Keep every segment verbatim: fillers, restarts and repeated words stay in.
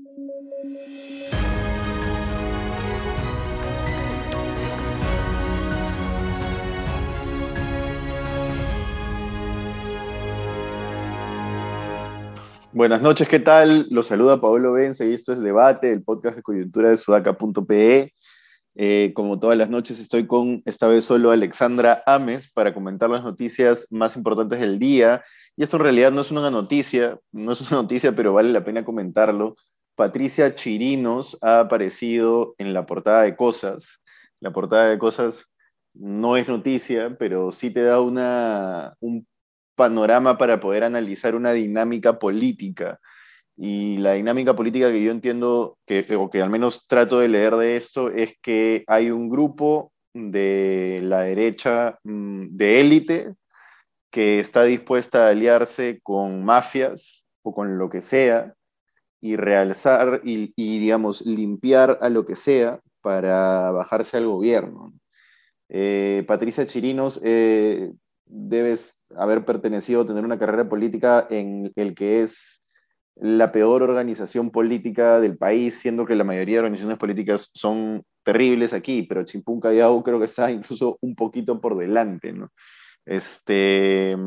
Buenas noches, ¿qué tal? Los saluda Paolo Benza y esto es Debate, el podcast de coyuntura de sudaca punto pe. Eh, como todas las noches estoy con, esta vez solo, Alexandra Ames para comentar las noticias más importantes del día. Y esto en realidad no es una noticia, no es una noticia, pero vale la pena comentarlo. Patricia Chirinos ha aparecido en la portada de Cosas. La portada de Cosas no es noticia, pero sí te da una, un panorama para poder analizar una dinámica política. Y la dinámica política que yo entiendo, que, o que al menos trato de leer de esto, es que hay un grupo de la derecha mm, de élite que está dispuesta a aliarse con mafias o con lo que sea y realzar y, y digamos, limpiar a lo que sea para bajarse al gobierno. Eh, Patricia Chirinos, eh, debes haber pertenecido, tener una carrera política en el que es la peor organización política del país, siendo que la mayoría de organizaciones políticas son terribles aquí, pero Chimpún Callao creo que está incluso un poquito por delante, ¿no? Este,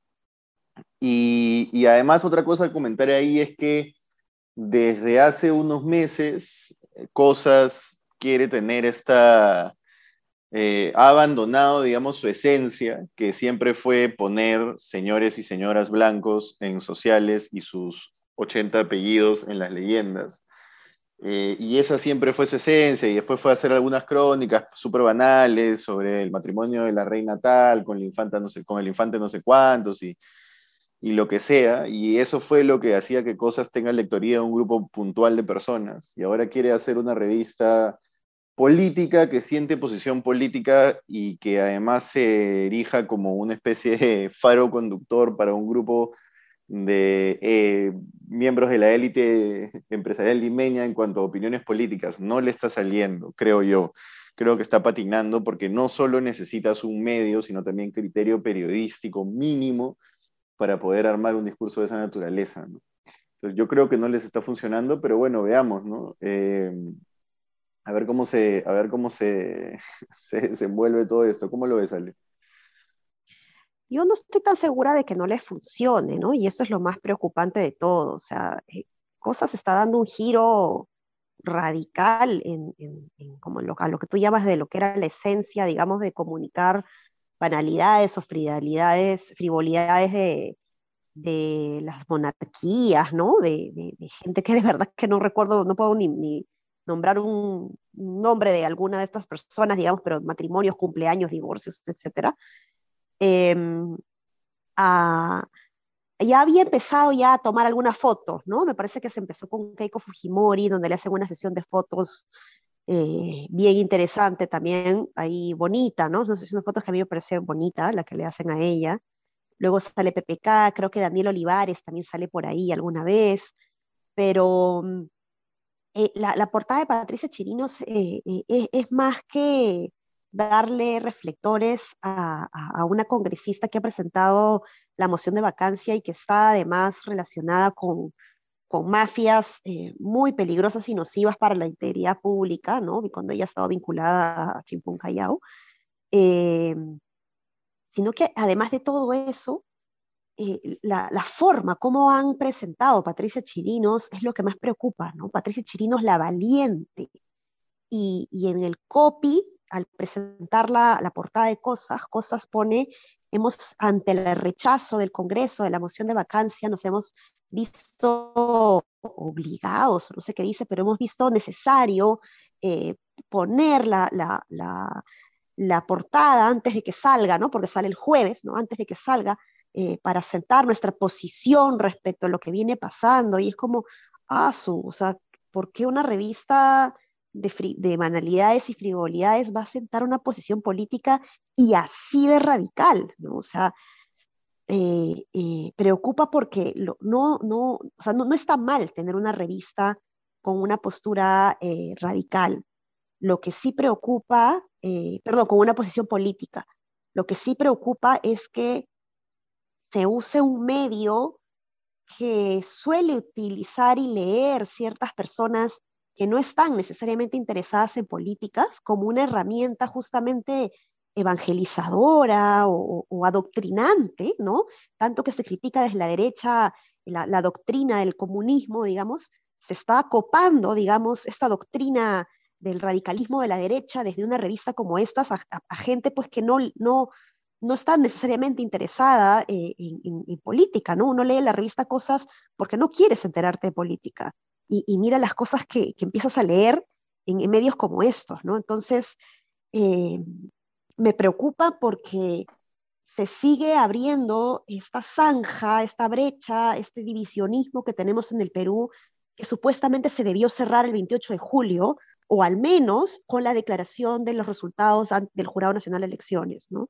y, y además otra cosa a comentar ahí es que desde hace unos meses, eh, Cosas quiere tener esta eh, ha abandonado, digamos, su esencia, que siempre fue poner señores y señoras blancos en sociales y sus ochenta apellidos en las leyendas. Eh, y esa siempre fue su esencia, y después fue a hacer algunas crónicas súper banales sobre el matrimonio de la reina tal, con, la infanta no sé, con el infante no sé cuántos, y, y lo que sea, y eso fue lo que hacía que Cosas tenga lectoría de un grupo puntual de personas, y ahora quiere hacer una revista política, que siente posición política y que además se erija como una especie de faro conductor para un grupo de eh, miembros de la élite empresarial limeña en cuanto a opiniones políticas. No le está saliendo, creo yo. Creo que está patinando porque no solo necesitas un medio, sino también criterio periodístico mínimo para poder armar un discurso de esa naturaleza, ¿no? Entonces, yo creo que no les está funcionando, pero bueno, veamos, ¿no? Eh, a ver cómo se, a ver cómo se, se, se envuelve todo esto. ¿Cómo lo ves, Ale? Yo no estoy tan segura de que no les funcione, ¿no? Y eso es lo más preocupante de todo. O sea, eh, Cosas está dando un giro radical en, en- en como lo, a lo que tú llamas de lo que era la esencia, digamos, de comunicar banalidades o frivolidades, frivolidades de, de las monarquías, ¿no? De, de- de gente que de verdad que no recuerdo, no puedo ni, ni nombrar un un nombre de alguna de estas personas, digamos, pero matrimonios, cumpleaños, divorcios, etcétera. Em, a- ya había empezado ya a tomar algunas fotos, ¿no? Me parece que se empezó con Keiko Fujimori, donde le hacen una sesión de fotos eh, bien interesante también, ahí bonita, ¿no? Son sesiones de fotos que a mí me parece bonita, la que le hacen a ella. Luego sale P P K, creo que Daniel Olivares también sale por ahí alguna vez, pero mm, eh, la, la portada de Patricia Chirinos eh, eh, es, es más que darle reflectores a, a- a una congresista que ha presentado la moción de vacancia y que está además relacionada con, con mafias eh, muy peligrosas y nocivas para la integridad pública, ¿no? Y cuando ella ha estado vinculada a Chimpún Callao. Eh, Sino que además de todo eso, eh, la, la, forma, cómo han presentado a Patricia Chirinos es lo que más preocupa, ¿no? Patricia Chirinos, la valiente, y, y en el copy, al presentar la, la portada de Cosas, Cosas pone, hemos, ante el rechazo del Congreso de la moción de vacancia, nos hemos visto obligados, no sé qué dice, pero hemos visto necesario eh, poner la, la, la, la portada antes de que salga, ¿no? Porque sale el jueves, ¿no? Antes de que salga, eh, para sentar nuestra posición respecto a lo que viene pasando. Y es como, ah, su, o sea, ¿por qué una revista de, fri de banalidades y frivolidades va a sentar una posición política y así de radical, ¿no? O sea, eh, eh, preocupa porque lo, no, no, o sea, no, no está mal tener una revista con una postura eh, radical. Lo que sí preocupa, eh, perdón, con una posición política, lo que sí preocupa es que se use un medio que suele utilizar y leer ciertas personas que no están necesariamente interesadas en políticas como una herramienta justamente evangelizadora o, o adoctrinante, ¿no? Tanto que se critica desde la derecha la, la doctrina del comunismo, digamos, se está acopando, digamos, esta doctrina del radicalismo de la derecha desde una revista como estas a, a, a gente pues que no, no, no está necesariamente interesada eh, en, en, en, política, ¿no? Uno lee la revista cosas porque no quieres enterarte de política y, y mira las cosas que, que, empiezas a leer en, en medios como estos, ¿no? Entonces, eh, me preocupa porque se sigue abriendo esta zanja, esta brecha, este divisionismo que tenemos en el Perú, que supuestamente se debió cerrar el veintiocho de julio, o al menos con la declaración de los resultados del Jurado Nacional de Elecciones, ¿no?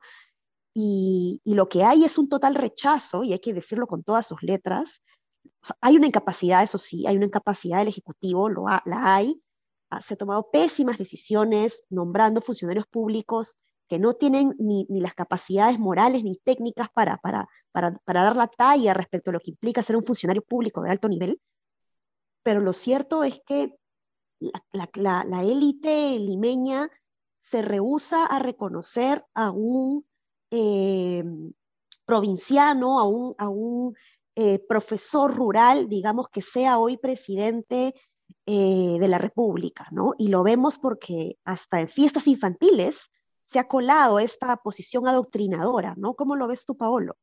Y, y lo que hay es un total rechazo, y hay que decirlo con todas sus letras. O sea, hay una incapacidad, eso sí, hay una incapacidad del Ejecutivo, lo ha, la hay. Ah, se han tomado pésimas decisiones nombrando funcionarios públicos que no tienen ni, ni las capacidades morales ni técnicas para, para, para, para dar la talla respecto a lo que implica ser un funcionario público de alto nivel. Pero lo cierto es que la, la, la, la élite limeña se rehúsa a reconocer a un eh, provinciano, a un, a un eh, profesor rural, digamos, que sea hoy presidente eh, de la República, ¿no? Y lo vemos porque hasta en fiestas infantiles se ha colado esta posición adoctrinadora, ¿no? ¿Cómo lo ves tú, Paolo?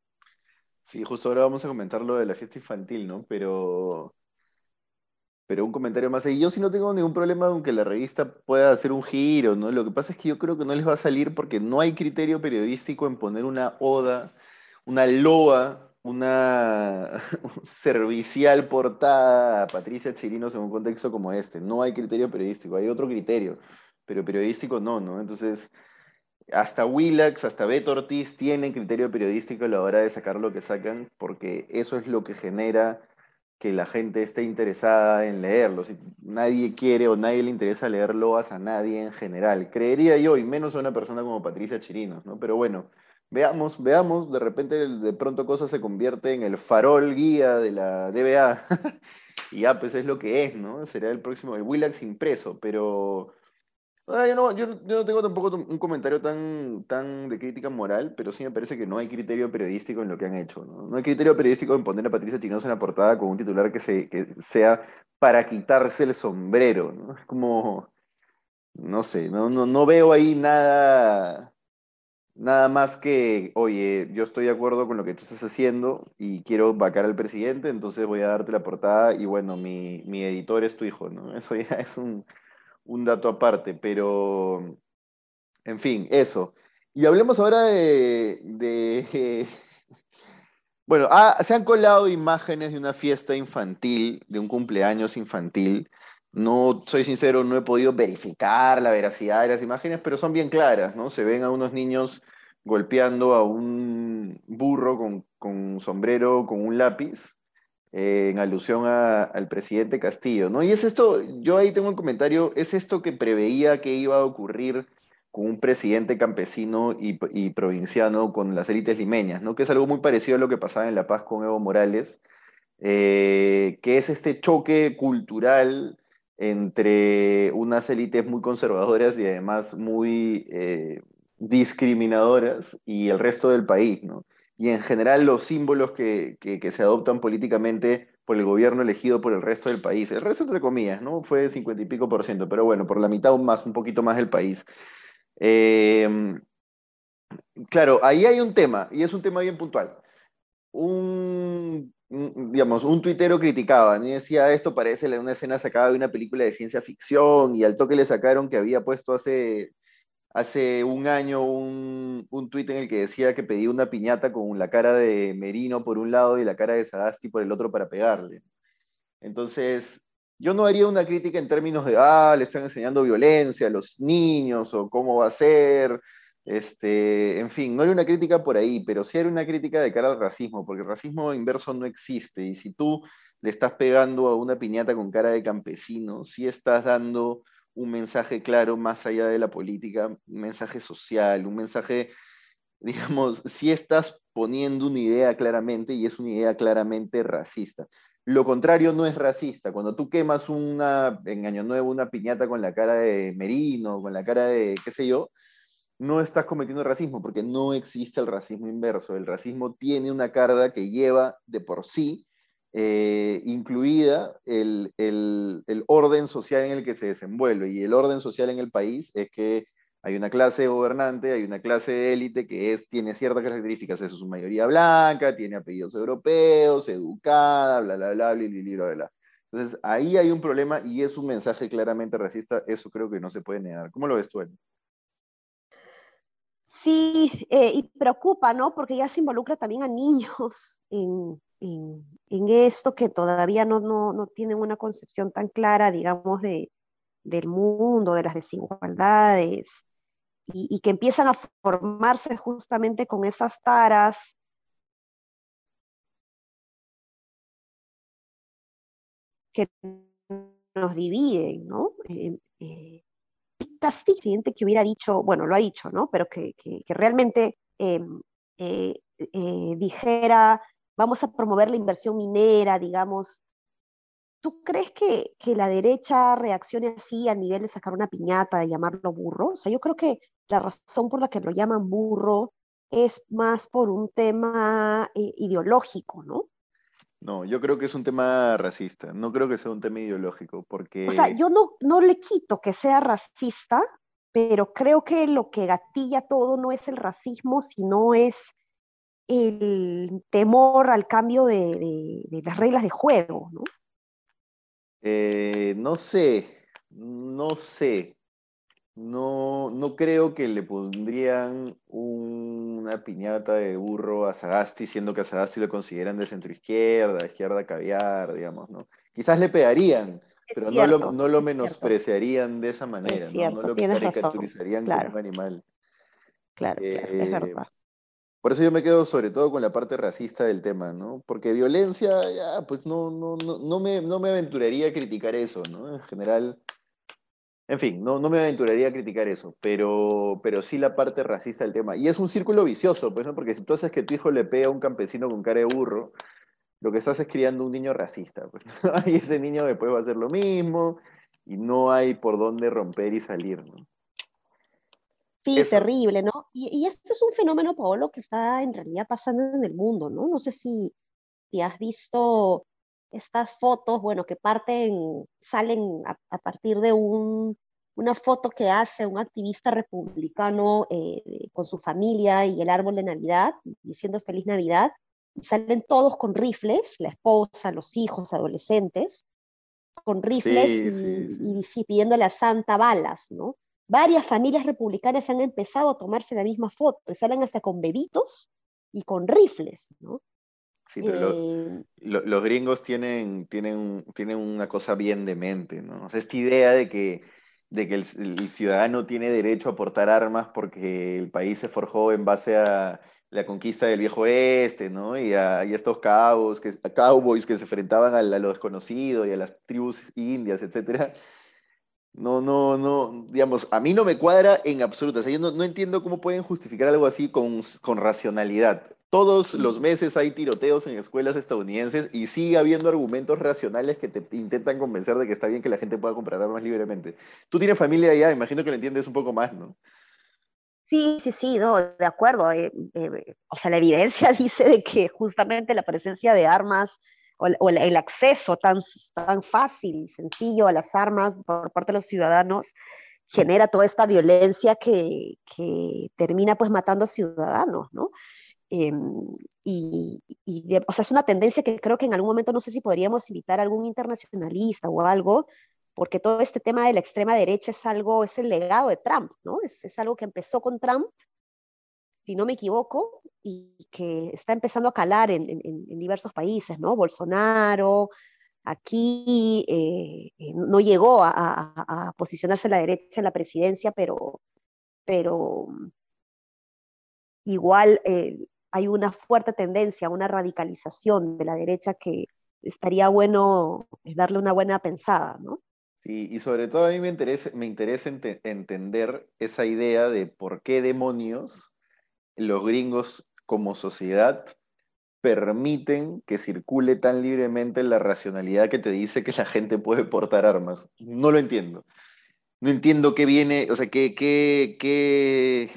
Sí, justo ahora vamos a comentar lo de la fiesta infantil, ¿no? Pero, pero un comentario más. Y yo sí no tengo ningún problema con que la revista pueda hacer un giro, ¿no? Lo que pasa es que yo creo que no les va a salir porque no hay criterio periodístico en poner una oda, una loa, una servicial portada a Patricia Chirinos en un contexto como este. No hay criterio periodístico, hay otro criterio, pero periodístico no, ¿no? Entonces, hasta Willax, hasta Beto Ortiz tienen criterio periodístico a la hora de sacar lo que sacan, porque eso es lo que genera que la gente esté interesada en leerlo. Si nadie quiere o nadie le interesa leer loas a nadie en general, creería yo, y menos a una persona como Patricia Chirinos, ¿no? Pero bueno, veamos, veamos, de repente de pronto cosa se convierte en el farol guía de la D B A, y ya pues es lo que es, ¿no? Será el próximo, el Willax impreso, pero... Ah, yo no, yo, no yo no tengo tampoco un comentario tan, tan de crítica moral, pero sí me parece que no hay criterio periodístico en lo que han hecho, ¿no? No hay criterio periodístico en poner a Patricia Chinoza en la portada con un titular que, se, que sea para quitarse el sombrero, ¿no? Es como, no sé, no, no, no veo ahí nada, nada más que, oye, yo estoy de acuerdo con lo que tú estás haciendo y quiero vacar al presidente, entonces voy a darte la portada y bueno, mi, mi editor es tu hijo, ¿no? Eso ya es un, un dato aparte, pero... En fin, eso. Y hablemos ahora de, de, eh, bueno, ah, se han colado imágenes de una fiesta infantil, de un cumpleaños infantil. No, soy sincero, no he podido verificar la veracidad de las imágenes, pero son bien claras, ¿no? Se ven a unos niños golpeando a un burro con, con sombrero, con un lápiz, eh, en alusión a- al presidente Castillo, ¿no? Y es esto, yo ahí tengo un comentario, es esto que preveía que iba a ocurrir con un presidente campesino y, y provinciano con las élites limeñas, ¿no? Que es algo muy parecido a lo que pasaba en La Paz con Evo Morales, eh, que es este choque cultural entre unas élites muy conservadoras y además muy eh, discriminadoras y el resto del país, ¿no? Y en general los símbolos que, que, que se adoptan políticamente por el gobierno elegido por el resto del país. El resto, entre comillas, ¿no? Fue cincuenta y pico por ciento, pero bueno, por la mitad o más, un poquito más del país. Eh, claro, ahí hay un tema, y es un tema bien puntual. Un, un, digamos, un tuitero criticaba, ¿no? Y decía, esto parece una escena sacada de una película de ciencia ficción, y al toque le sacaron que había puesto hace, hace un año un, un tuit en el que decía que pedía una piñata con la cara de Merino por un lado y la cara de Sagasti por el otro para pegarle. Entonces, yo no haría una crítica en términos de, ah, le están enseñando violencia a los niños o cómo va a ser, este, en fin, no haría una crítica por ahí, pero sí haría una crítica de cara al racismo, porque el racismo inverso no existe y si tú le estás pegando a una piñata con cara de campesino, sí estás dando un mensaje claro más allá de la política, un mensaje social, un mensaje digamos, sí estás poniendo una idea claramente y es una idea claramente racista. Lo contrario no es racista. Cuando tú quemas una, en Año Nuevo una piñata con la cara de Merino, con la cara de qué sé yo, no estás cometiendo racismo porque no existe el racismo inverso. El racismo tiene una carga que lleva de por sí eh, incluida el, el, el orden social en el que se desenvuelve. Y el orden social en el país es que hay una clase gobernante, hay una clase de élite que es, tiene ciertas características, eso es su mayoría blanca, tiene apellidos europeos, educada, bla, bla, bla, bla, bla, bla, bla, bla. Entonces, ahí hay un problema y es un mensaje claramente racista, eso creo que no se puede negar. ¿Cómo lo ves tú, Eli? Sí, eh, y preocupa, ¿no? Porque ya se involucra también a niños en, en, en esto que todavía no, no, no tienen una concepción tan clara, digamos, de, del mundo, de las desigualdades, y, y que empiezan a formarse justamente con esas taras que nos dividen, ¿no? Eh, eh, Castillo, presidente que hubiera dicho, bueno, lo ha dicho, ¿no? Pero que, que, que realmente eh, eh, eh, dijera, vamos a promover la inversión minera, digamos. ¿Tú crees que, que la derecha reaccione así al nivel de sacar una piñata, de llamarlo burro? O sea, yo creo que la razón por la que lo llaman burro es más por un tema eh, ideológico, ¿no? No, yo creo que es un tema racista, no creo que sea un tema ideológico, O sea, porque yo no, no le quito que sea racista, pero creo que lo que gatilla todo no es el racismo, sino es el temor al cambio de, de, de las reglas de juego, ¿no? eh, no sé, no sé, no, no creo que le pondrían un- una piñata de burro a Sagasti, siendo que a Sagasti lo consideran de centroizquierda, izquierda caviar, digamos, ¿no? Quizás le pegarían, Es pero no lo, cierto, no lo es cierto, menospreciarían de esa es manera, ¿no? No cierto, lo tienes razón. caricaturizarían como Claro, un animal. claro, claro, es Eh, verdad. Por eso yo me quedo sobre todo con la parte racista del tema, ¿no? Porque violencia, ya, pues no, no, no, no me, no me aventuraría a criticar eso, ¿no? En general, en fin, no, no me aventuraría a criticar eso, pero, pero sí la parte racista del tema. Y es un círculo vicioso, pues, ¿no? Porque si tú haces que tu hijo le pega a un campesino con cara de burro, lo que estás es criando un niño racista, pues, ¿no? Y ese niño después va a hacer lo mismo y no hay por dónde romper y salir, ¿no? Sí, Eso. terrible, ¿no? Y, y esto es un fenómeno, Paolo, que está en realidad pasando en el mundo, ¿no? No sé si, si has visto estas fotos, bueno, que parten, salen a, a partir de un, una foto que hace un activista republicano eh, con su familia y el árbol de Navidad, diciendo Feliz Navidad, y salen todos con rifles, la esposa, los hijos, adolescentes, con rifles Sí, sí, y, sí. y, y pidiéndole a Santa balas, ¿no? Varias familias republicanas han empezado a tomarse la misma foto y salen hasta con bebitos y con rifles, ¿no? Sí, pero lo- Eh, lo- los gringos tienen, tienen, tienen una cosa bien demente, ¿no? O sea, esta idea de que, de que el, el ciudadano tiene derecho a portar armas porque el país se forjó en base a la conquista del viejo oeste, ¿no? Y a, y a estos cabos que, a cowboys que se enfrentaban a, la- a lo desconocido y a las tribus indias, etcétera. No, no, no, digamos, a mí no me cuadra en absoluto. O sea, yo no, no entiendo cómo pueden justificar algo así con, con racionalidad. Todos los meses hay tiroteos en escuelas estadounidenses y sigue habiendo argumentos racionales que te intentan convencer de que está bien que la gente pueda comprar armas libremente. Tú tienes familia allá, imagino que lo entiendes un poco más, ¿no? Sí, sí, sí, no, de acuerdo. Eh, eh, o sea, la evidencia dice de que justamente la presencia de armas o, el o el acceso tan, tan fácil y sencillo a las armas por parte de los ciudadanos genera toda esta violencia que, que termina pues matando ciudadanos, ¿no? Eh, y, y de, o sea, es una tendencia que creo que en algún momento no sé si podríamos invitar a algún internacionalista o algo, porque todo este tema de la extrema derecha es algo, es el legado de Trump, ¿no? Es, es algo que empezó con Trump, si no me equivoco, y que está empezando a calar en, en, en diversos países, ¿no? Bolsonaro, aquí eh, eh, no llegó a, a, a, posicionarse a la derecha en la presidencia, pero, pero igual eh, hay una fuerte tendencia, una radicalización de la derecha que estaría bueno darle una buena pensada, ¿no? Sí, y sobre todo a mí me interesa, me interesa ente- entender esa idea de por qué demonios los gringos como sociedad permiten que circule tan libremente la racionalidad que te dice que la gente puede portar armas. No lo entiendo. No entiendo qué viene, o sea, qué, qué, qué,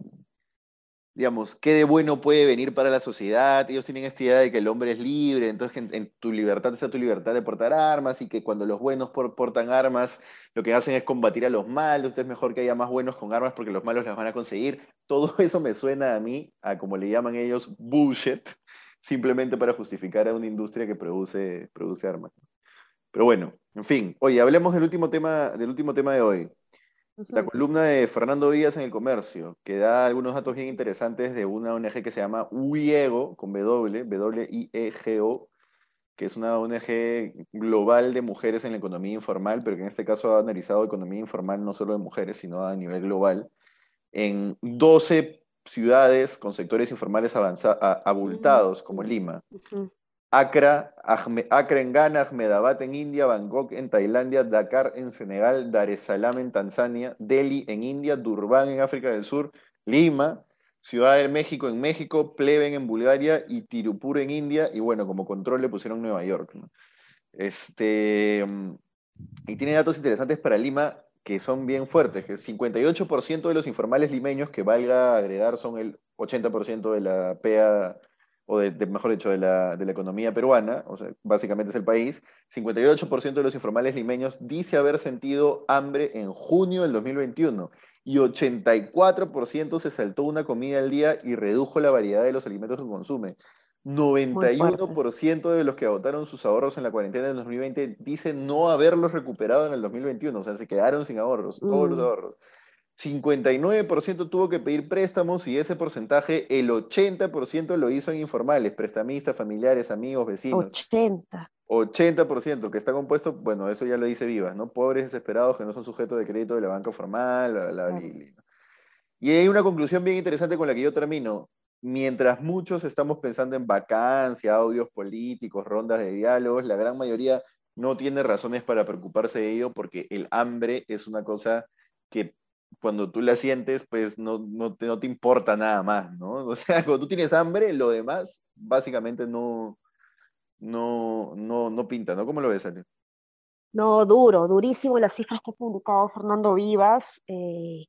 digamos, qué de bueno puede venir para la sociedad. Ellos tienen esta idea de que el hombre es libre, entonces que en, en tu libertad está tu libertad de portar armas y que cuando los buenos por- portan armas, lo que hacen es combatir a los malos, entonces es mejor que haya más buenos con armas porque los malos las van a conseguir. Todo eso me suena a mí, a como le llaman ellos, bullshit, simplemente para justificar a una industria que produce, produce armas. Pero bueno, en fin. Oye, hablemos del último tema, del último tema de hoy. La Ujú. columna de Fernando Vías en El Comercio, que da algunos datos bien interesantes de una O N G que se llama WIEGO, con W, W I E G O, que es una O N G global de mujeres en la economía informal, pero que en este caso ha analizado economía informal no solo de mujeres, sino a nivel global, en doce ciudades con sectores informales avanza- a- Mm, abultados, como Lima. ujú. Accra, Ahme- Accra en Ghana, Ahmedabad en India, Bangkok en Tailandia, Dakar en Senegal, Dar es Salaam en Tanzania, Delhi en India, Durban en África del Sur, Lima, Ciudad de México en México, Pleven en Bulgaria y Tirupur en India, y bueno, como control le pusieron Nueva York, ¿no? Este, mm, y tiene datos interesantes para Lima que son bien fuertes, que cincuenta y ocho por ciento de los informales limeños, que valga agregar, son el ochenta por ciento de la P A, o de, de- mejor dicho, de la, de la economía peruana, o sea, básicamente es el país, cincuenta y ocho por ciento de los informales limeños dice haber sentido hambre en junio del dos mil veintiuno, y ochenta y cuatro por ciento se saltó una comida al día y redujo la variedad de los alimentos que consume. Muy noventa y uno fuerte. por ciento de los que agotaron sus ahorros en la cuarentena del dos mil veinte dicen no haberlos recuperado en el dos mil veintiuno, o sea, se quedaron sin ahorros, todos los Mm, ahorros. cincuenta y nueve por ciento tuvo que pedir préstamos y ese porcentaje, el ochenta por ciento lo hizo en informales, prestamistas, familiares, amigos, vecinos. ochenta. Ochenta por ciento que está compuesto, bueno, eso ya lo dice Vivas, ¿no? Pobres desesperados que no son sujetos de crédito de la banca formal, la, la, Claro. li- li- ¿no? Y hay una conclusión bien interesante con la que yo termino. Mientras muchos estamos pensando en vacancia, audios políticos, rondas de diálogos, la gran mayoría no tiene razones para preocuparse de ello porque el hambre es una cosa que cuando tú la sientes, pues no, no te, no te importa nada más, ¿no? O sea, cuando tú tienes hambre, lo demás básicamente no, no, no, no pinta, ¿no? ¿Cómo lo ves, Ale? No, duro, durísimo las cifras que ha publicado Fernando Vivas. eh,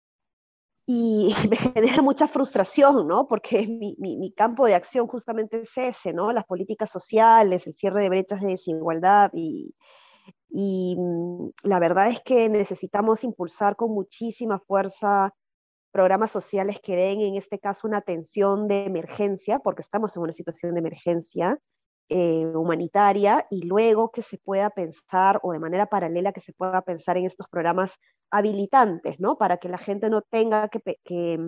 y me genera mucha frustración, ¿no? Porque mi, mi, mi campo de acción justamente es ese, ¿no? Las políticas sociales, el cierre de brechas de desigualdad y, y mm, la verdad es que necesitamos impulsar con muchísima fuerza programas sociales que den, en este caso, una atención de emergencia, porque estamos en una situación de emergencia eh, humanitaria, y luego que se pueda pensar, o de manera paralela que se pueda pensar en estos programas habilitantes, ¿no? Para que la gente no tenga que, que,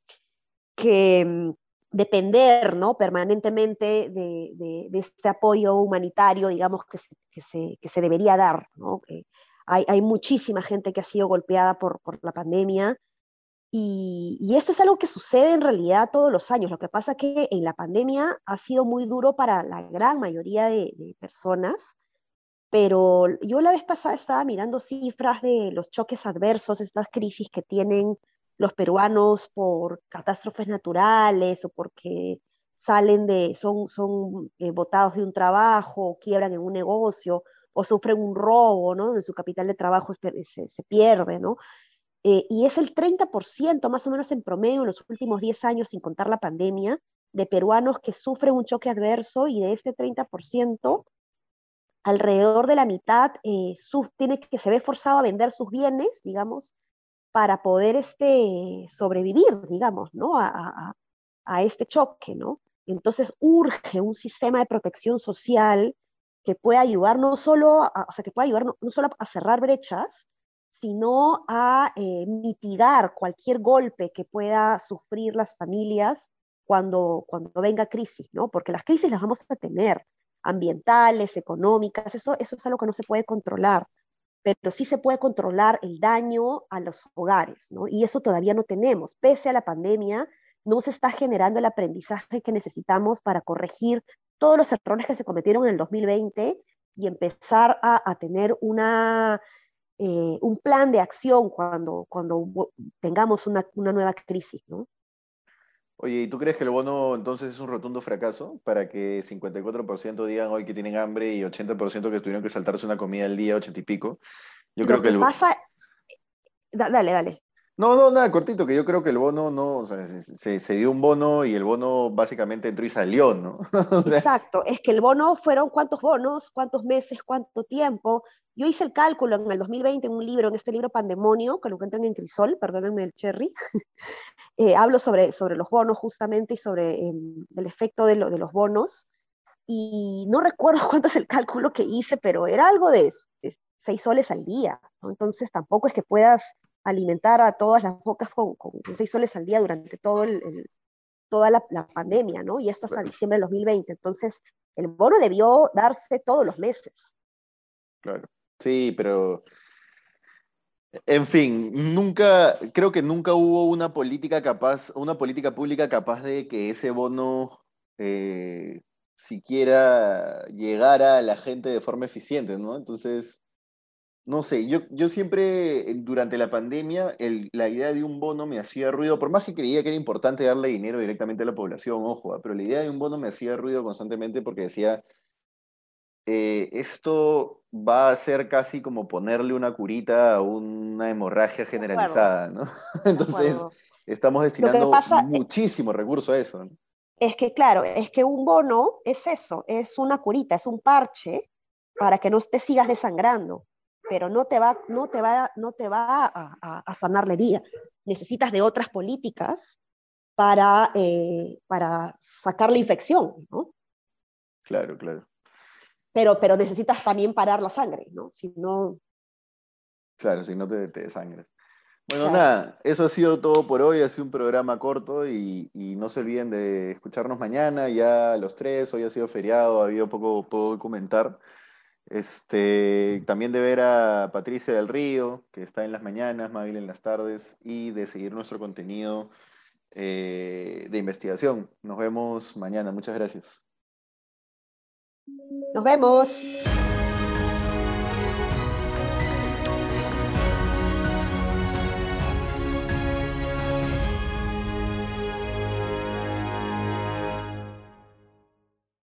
que depender, ¿no? Permanentemente de, de, de, este apoyo humanitario, digamos, que se, que se, que se debería dar, ¿no? Que hay, hay muchísima gente que ha sido golpeada por, por la pandemia, y, y, esto es algo que sucede en realidad todos los años. Lo que pasa es que en la pandemia ha sido muy duro para la gran mayoría de, de personas, pero yo la vez pasada estaba mirando cifras de los choques adversos, estas crisis que tienen los peruanos por catástrofes naturales o porque salen de, son, son eh, botados de un trabajo, quiebran en un negocio o sufren un robo, ¿no? De su capital de trabajo se, se pierde, ¿no? Eh, y es el treinta por ciento más o menos en promedio en los últimos diez años, sin contar la pandemia, de peruanos que sufren un choque adverso, y de este treinta por ciento, alrededor de la mitad eh, su, tiene que se ve forzado a vender sus bienes, digamos, para poder este, sobrevivir, digamos, ¿no? A, a, a este choque, ¿no? Entonces urge un sistema de protección social que pueda ayudar no solo a, o sea, que pueda ayudar no, no solo a cerrar brechas, sino a eh, mitigar cualquier golpe que pueda sufrir las familias cuando, cuando venga crisis, ¿no? Porque las crisis las vamos a tener, ambientales, económicas, eso, eso es algo que no se puede controlar, pero sí se puede controlar el daño a los hogares, ¿no? Y eso todavía no tenemos. Pese a la pandemia, no se está generando el aprendizaje que necesitamos para corregir todos los errores que se cometieron en el dos mil veinte y empezar a, a tener una, eh, un plan de acción cuando, cuando tengamos una, una nueva crisis, ¿no? Oye, ¿y tú crees que el bono entonces es un rotundo fracaso para que cincuenta y cuatro por ciento digan hoy que tienen hambre y ochenta por ciento que tuvieron que saltarse una comida al día, ochenta y pico? Yo creo Lo que que el... pasa, da- dale, dale. No, no, nada, cortito, que yo creo que el bono no, o sea, se, se- se dio un bono y el bono básicamente entró y salió, ¿no? O sea, Exacto, es que el bono fueron cuántos bonos, cuántos meses, cuánto tiempo. Yo hice el cálculo en el dos mil veinte en un libro, en este libro Pandemonio, que lo encuentran en Crisol, perdónenme el cherry. Eh, hablo sobre, sobre los bonos justamente y sobre el, el efecto de, lo, de los bonos. Y no recuerdo cuánto es el cálculo que hice, pero era algo de, de seis soles al día, ¿no? Entonces tampoco es que puedas alimentar a todas las bocas con, con seis soles al día durante todo el, el, toda la, la, pandemia, ¿no? Y esto hasta claro, diciembre del dos mil veinte. Entonces, el bono debió darse todos los meses. claro. Sí, pero en fin, nunca, creo que nunca hubo una política capaz, una política pública capaz de que ese bono eh, siquiera llegara a la gente de forma eficiente, ¿no? Entonces, no sé, yo, yo siempre, eh, durante la pandemia, el- la idea de un bono me hacía ruido, por más que creía que era importante darle dinero directamente a la población, ojo, ah, pero la idea de un bono me hacía ruido constantemente porque decía, eh, esto va a ser casi como ponerle una curita a una hemorragia De acuerdo, generalizada, ¿no? de Entonces, acuerdo. estamos Lo que destinando pasa muchísimo recurso a eso, ¿no? es que, claro, es que un bono es eso, es una curita, es un parche para que no te sigas desangrando, pero no te va, no te va, no te va a, a, a sanar la herida. Necesitas de otras políticas para, eh, para sacar la infección, ¿no? Claro, claro, Pero, pero necesitas también parar la sangre, ¿no? Si no, claro, si no te, te desangras. Bueno, claro. nada, eso ha sido todo por hoy, ha sido un programa corto y, y no se olviden de escucharnos mañana, ya los tres, hoy ha sido feriado, ha habido poco, poco que comentar. Este, también de ver a Patricia del Río, que está en las mañanas, Mabel en las tardes, y de seguir nuestro contenido eh, de investigación. Nos vemos mañana, muchas gracias. Nos vemos.